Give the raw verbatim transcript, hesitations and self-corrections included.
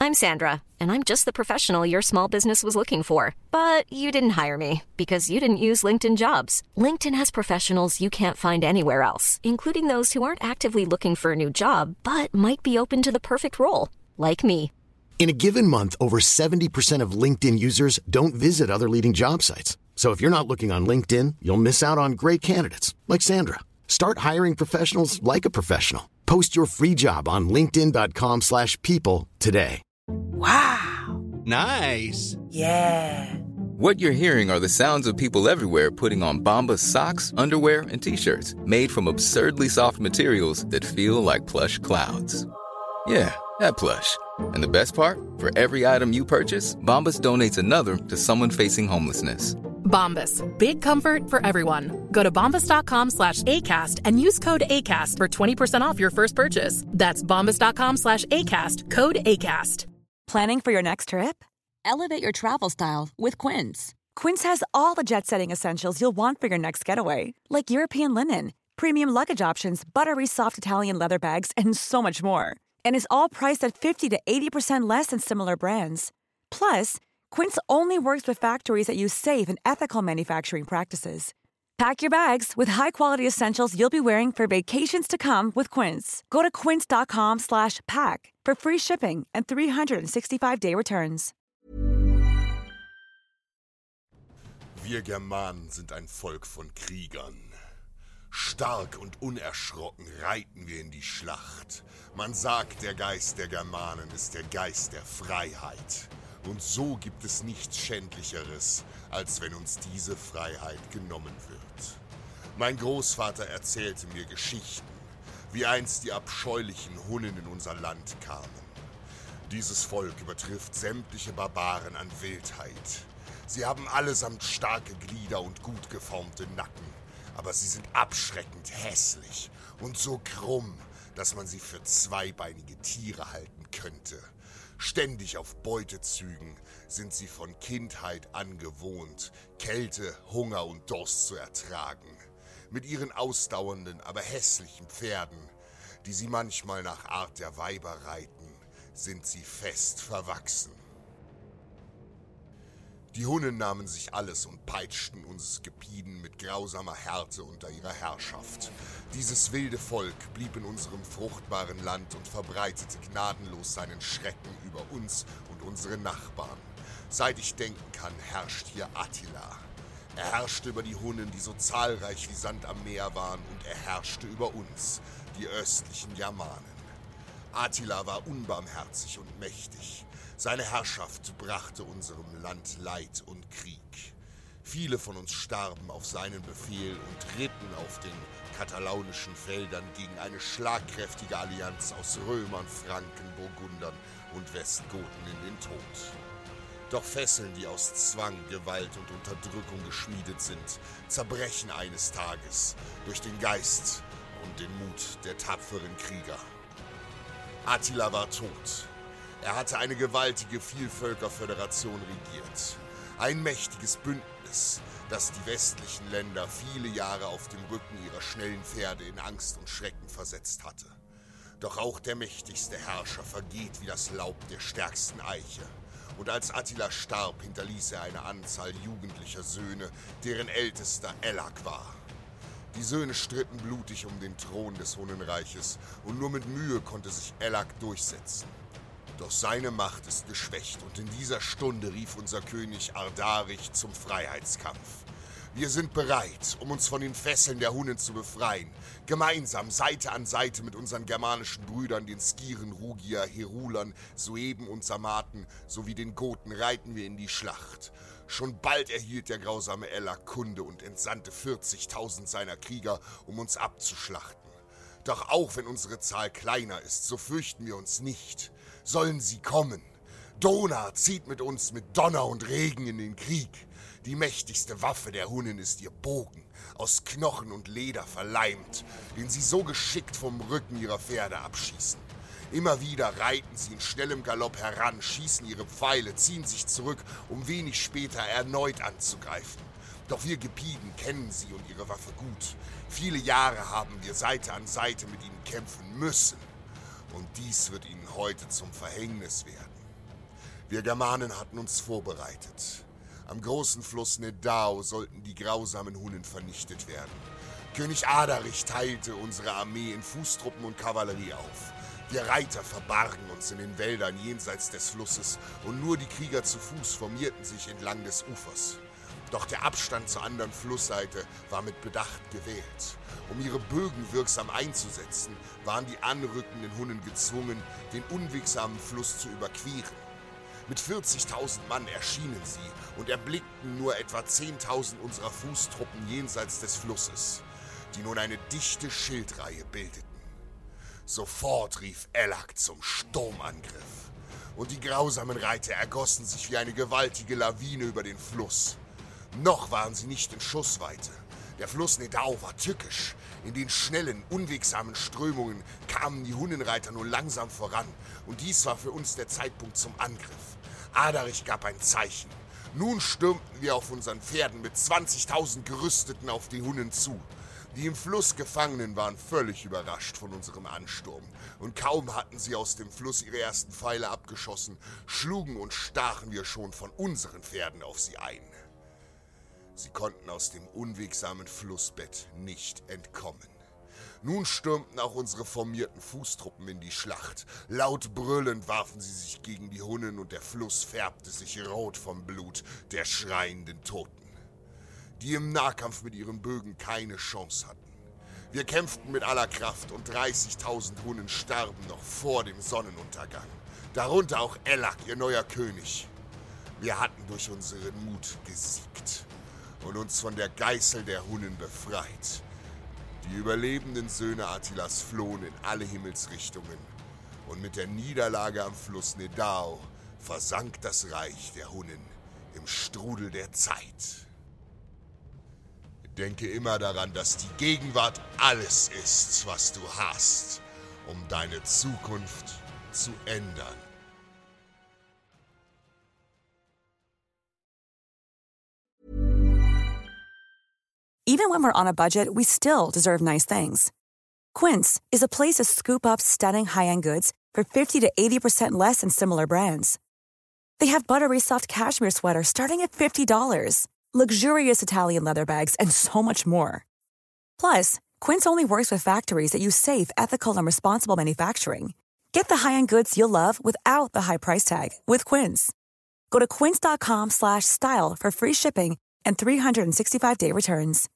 I'm Sandra, and I'm just the professional your small business was looking for. But you didn't hire me because you didn't use LinkedIn Jobs. LinkedIn has professionals you can't find anywhere else, including those who aren't actively looking for a new job, but might be open to the perfect role, like me. In a given month, over seventy percent of LinkedIn users don't visit other leading job sites. So if you're not looking on LinkedIn, you'll miss out on great candidates like Sandra. Start hiring professionals like a professional. Post your free job on linkedin dot com slash people today. Wow. Nice. Yeah. What you're hearing are the sounds of people everywhere putting on Bombas socks, underwear, and T-shirts made from absurdly soft materials that feel like plush clouds. Yeah, that plush. And the best part? For every item you purchase, Bombas donates another to someone facing homelessness. Bombas. Big comfort for everyone. Go to bombas.com slash ACAST and use code ACAST for twenty percent off your first purchase. That's bombas.com slash ACAST. Code ACAST. Planning for your next trip? Elevate your travel style with Quince. Quince has all the jet-setting essentials you'll want for your next getaway, like European linen, premium luggage options, buttery soft Italian leather bags, and so much more. And is all priced at fifty to eighty percent less than similar brands. Plus, Quince only works with factories that use safe and ethical manufacturing practices. Pack your bags with high-quality essentials you'll be wearing for vacations to come with Quince. Go to quince.com slash pack for free shipping and three sixty-five day returns. Wir Germanen sind ein Volk von Kriegern. Stark und unerschrocken reiten wir in die Schlacht. Man sagt, der Geist der Germanen ist der Geist der Freiheit. Und so gibt es nichts Schändlicheres, als wenn uns diese Freiheit genommen wird. Mein Großvater erzählte mir Geschichten, wie einst die abscheulichen Hunnen in unser Land kamen. Dieses Volk übertrifft sämtliche Barbaren an Wildheit. Sie haben allesamt starke Glieder und gut geformte Nacken, aber sie sind abschreckend hässlich und so krumm, dass man sie für zweibeinige Tiere halten könnte. Ständig auf Beutezügen sind sie von Kindheit an gewohnt, Kälte, Hunger und Durst zu ertragen. Mit ihren ausdauernden, aber hässlichen Pferden, die sie manchmal nach Art der Weiber reiten, sind sie fest verwachsen. Die Hunnen nahmen sich alles und peitschten uns Gebieten mit grausamer Härte unter ihrer Herrschaft. Dieses wilde Volk blieb in unserem fruchtbaren Land und verbreitete gnadenlos seinen Schrecken über uns und unsere Nachbarn. Seit ich denken kann, herrscht hier Attila. Er herrschte über die Hunnen, die so zahlreich wie Sand am Meer waren, und er herrschte über uns, die östlichen Germanen. Attila war unbarmherzig und mächtig. Seine Herrschaft brachte unserem Land Leid und Krieg. Viele von uns starben auf seinen Befehl und ritten auf den katalaunischen Feldern gegen eine schlagkräftige Allianz aus Römern, Franken, Burgundern und Westgoten in den Tod. Doch Fesseln, die aus Zwang, Gewalt und Unterdrückung geschmiedet sind, zerbrechen eines Tages durch den Geist und den Mut der tapferen Krieger. Attila war tot. Er hatte eine gewaltige Vielvölkerföderation regiert. Ein mächtiges Bündnis, das die westlichen Länder viele Jahre auf dem Rücken ihrer schnellen Pferde in Angst und Schrecken versetzt hatte. Doch auch der mächtigste Herrscher vergeht wie das Laub der stärksten Eiche. Und als Attila starb, hinterließ er eine Anzahl jugendlicher Söhne, deren ältester Ellak war. Die Söhne stritten blutig um den Thron des Hunnenreiches und nur mit Mühe konnte sich Ellak durchsetzen. Doch seine Macht ist geschwächt und in dieser Stunde rief unser König Ardarich zum Freiheitskampf. Wir sind bereit, um uns von den Fesseln der Hunnen zu befreien. Gemeinsam, Seite an Seite mit unseren germanischen Brüdern, den Skiren, Rugier, Herulern, Sueben und Sarmaten sowie den Goten reiten wir in die Schlacht. Schon bald erhielt der grausame Ellak Kunde und entsandte vierzigtausend seiner Krieger, um uns abzuschlachten. Doch auch wenn unsere Zahl kleiner ist, so fürchten wir uns nicht. Sollen sie kommen. Donar zieht mit uns mit Donner und Regen in den Krieg. Die mächtigste Waffe der Hunnen ist ihr Bogen, aus Knochen und Leder verleimt, den sie so geschickt vom Rücken ihrer Pferde abschießen. Immer wieder reiten sie in schnellem Galopp heran, schießen ihre Pfeile, ziehen sich zurück, um wenig später erneut anzugreifen. Doch wir Gepiden kennen sie und ihre Waffe gut. Viele Jahre haben wir Seite an Seite mit ihnen kämpfen müssen. Und dies wird ihnen heute zum Verhängnis werden. Wir Germanen hatten uns vorbereitet. Am großen Fluss Nedao sollten die grausamen Hunnen vernichtet werden. König Adarich teilte unsere Armee in Fußtruppen und Kavallerie auf. Wir Reiter verbargen uns in den Wäldern jenseits des Flusses und nur die Krieger zu Fuß formierten sich entlang des Ufers. Doch der Abstand zur anderen Flussseite war mit Bedacht gewählt. Um ihre Bögen wirksam einzusetzen, waren die anrückenden Hunnen gezwungen, den unwegsamen Fluss zu überqueren. Mit vierzigtausend Mann erschienen sie und erblickten nur etwa zehntausend unserer Fußtruppen jenseits des Flusses, die nun eine dichte Schildreihe bildeten. Sofort rief Ellak zum Sturmangriff, und die grausamen Reiter ergossen sich wie eine gewaltige Lawine über den Fluss. Noch waren sie nicht in Schussweite. Der Fluss Nedao war tückisch. In den schnellen, unwegsamen Strömungen kamen die Hunnenreiter nur langsam voran, und dies war für uns der Zeitpunkt zum Angriff. Adarich gab ein Zeichen. Nun stürmten wir auf unseren Pferden mit zwanzigtausend Gerüsteten auf die Hunnen zu. Die im Fluss Gefangenen waren völlig überrascht von unserem Ansturm, und kaum hatten sie aus dem Fluss ihre ersten Pfeile abgeschossen, schlugen und stachen wir schon von unseren Pferden auf sie ein. Sie konnten aus dem unwegsamen Flussbett nicht entkommen. Nun stürmten auch unsere formierten Fußtruppen in die Schlacht. Laut brüllend warfen sie sich gegen die Hunnen, und der Fluss färbte sich rot vom Blut der schreienden Toten, die im Nahkampf mit ihren Bögen keine Chance hatten. Wir kämpften mit aller Kraft, und dreißigtausend Hunnen starben noch vor dem Sonnenuntergang. Darunter auch Ellak, ihr neuer König. Wir hatten durch unseren Mut gesiegt und uns von der Geißel der Hunnen befreit. Die überlebenden Söhne Attilas flohen in alle Himmelsrichtungen, und mit der Niederlage am Fluss Nedao versank das Reich der Hunnen im Strudel der Zeit. Denke immer daran, dass die Gegenwart alles ist, was du hast, um deine Zukunft zu ändern. Even when we're on a budget, we still deserve nice things. Quince is a place to scoop up stunning high-end goods for fifty to eighty percent less than similar brands. They have buttery soft cashmere sweaters starting at fifty dollars, luxurious Italian leather bags, and so much more. Plus, Quince only works with factories that use safe, ethical, and responsible manufacturing. Get the high-end goods you'll love without the high price tag with Quince. Go to quince.com slash style for free shipping and three sixty-five day returns.